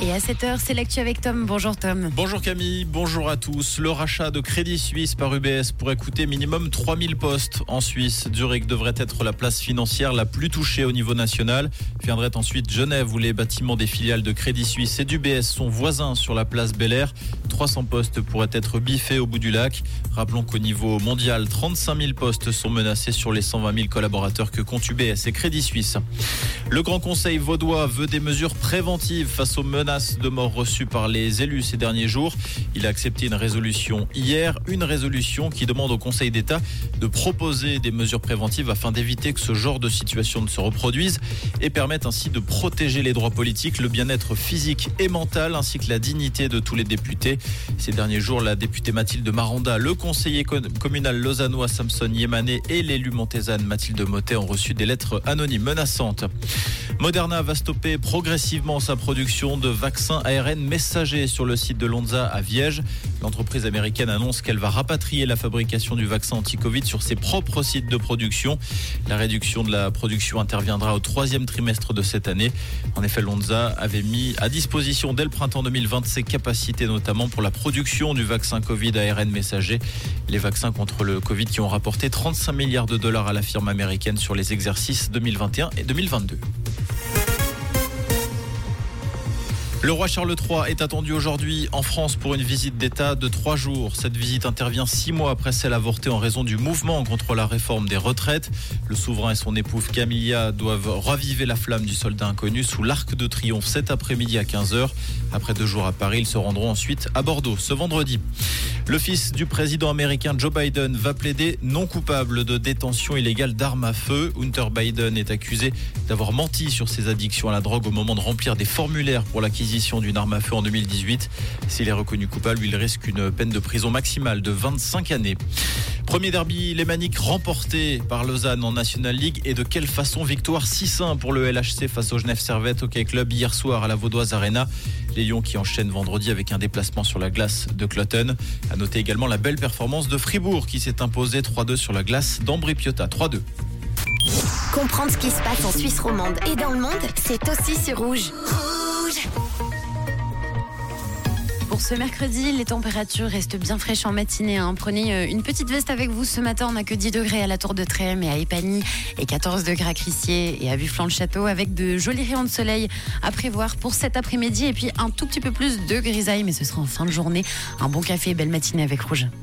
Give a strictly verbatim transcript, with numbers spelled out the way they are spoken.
Et à cette heure, c'est l'actu avec Tom. Bonjour Tom. Bonjour Camille, bonjour à tous. Le rachat de Crédit Suisse par U B S pourrait coûter minimum trois mille postes en Suisse. Zurich devrait être la place financière la plus touchée au niveau national. Viendrait ensuite Genève où les bâtiments des filiales de Crédit Suisse et d'U B S sont voisins sur la place Bel Air. trois cents postes pourraient être biffés au bout du lac. Rappelons qu'au niveau mondial, trente-cinq mille postes sont menacés sur les cent vingt mille collaborateurs que compte U B S et Crédit Suisse. Le Grand Conseil vaudois veut des mesures préventives face aux menaces de mort reçues par les élus ces derniers jours. Il a accepté une résolution hier, une résolution qui demande au Conseil d'État de proposer des mesures préventives afin d'éviter que ce genre de situation ne se reproduise et permettre ainsi de protéger les droits politiques, le bien-être physique et mental ainsi que la dignité de tous les députés. Ces derniers jours, la députée Mathilde Maranda, le conseiller communal lausannois Samson Yémané et l'élu montésane Mathilde Motet ont reçu des lettres anonymes menaçantes. Moderna va stopper progressivement sa production de vaccins A R N messagers sur le site de Lonza à Viège. L'entreprise américaine annonce qu'elle va rapatrier la fabrication du vaccin anti-Covid sur ses propres sites de production. La réduction de la production interviendra au troisième trimestre de cette année. En effet, Lonza avait mis à disposition dès le printemps deux mille vingt ses capacités notamment pour la production du vaccin Covid A R N messager. Les vaccins contre le Covid qui ont rapporté trente-cinq milliards de dollars à la firme américaine sur les exercices deux mille vingt et un et deux mille vingt-deux. Le roi Charles trois est attendu aujourd'hui en France pour une visite d'État de trois jours. Cette visite intervient six mois après celle avortée en raison du mouvement contre la réforme des retraites. Le souverain et son épouse Camilla doivent raviver la flamme du soldat inconnu sous l'Arc de Triomphe cet après-midi à quinze heures. Après deux jours à Paris, ils se rendront ensuite à Bordeaux ce vendredi. Le fils du président américain Joe Biden va plaider non coupable de détention illégale d'armes à feu. Hunter Biden est accusé d'avoir menti sur ses addictions à la drogue au moment de remplir des formulaires pour l'acquisition d'une arme à feu en deux mille dix-huit. S'il est reconnu coupable, il risque une peine de prison maximale de vingt-cinq années. Premier derby lémanique remporté par Lausanne en National League. Et de quelle façon? Victoire six un pour le L H C face au Genève Servette Hockey Club hier soir à la Vaudoise Arena. Les Lions qui enchaînent vendredi avec un déplacement sur la glace de Cloton. À noter également la belle performance de Fribourg qui s'est imposé trois deux sur la glace d'Ambri-Piotta. trois deux. Comprendre ce qui se passe en Suisse romande et dans le monde, c'est aussi sur Rouge. Rouge. Pour ce mercredi, les températures restent bien fraîches en matinée. Hein. Prenez une petite veste avec vous. Ce matin, on n'a que dix degrés à la Tour de Trême et à Épagny et quatorze degrés à Crissier et à Bufflan-le-Château avec de jolis rayons de soleil à prévoir pour cet après-midi et puis un tout petit peu plus de grisaille, mais ce sera en fin de journée. Un bon café et belle matinée avec Rouge.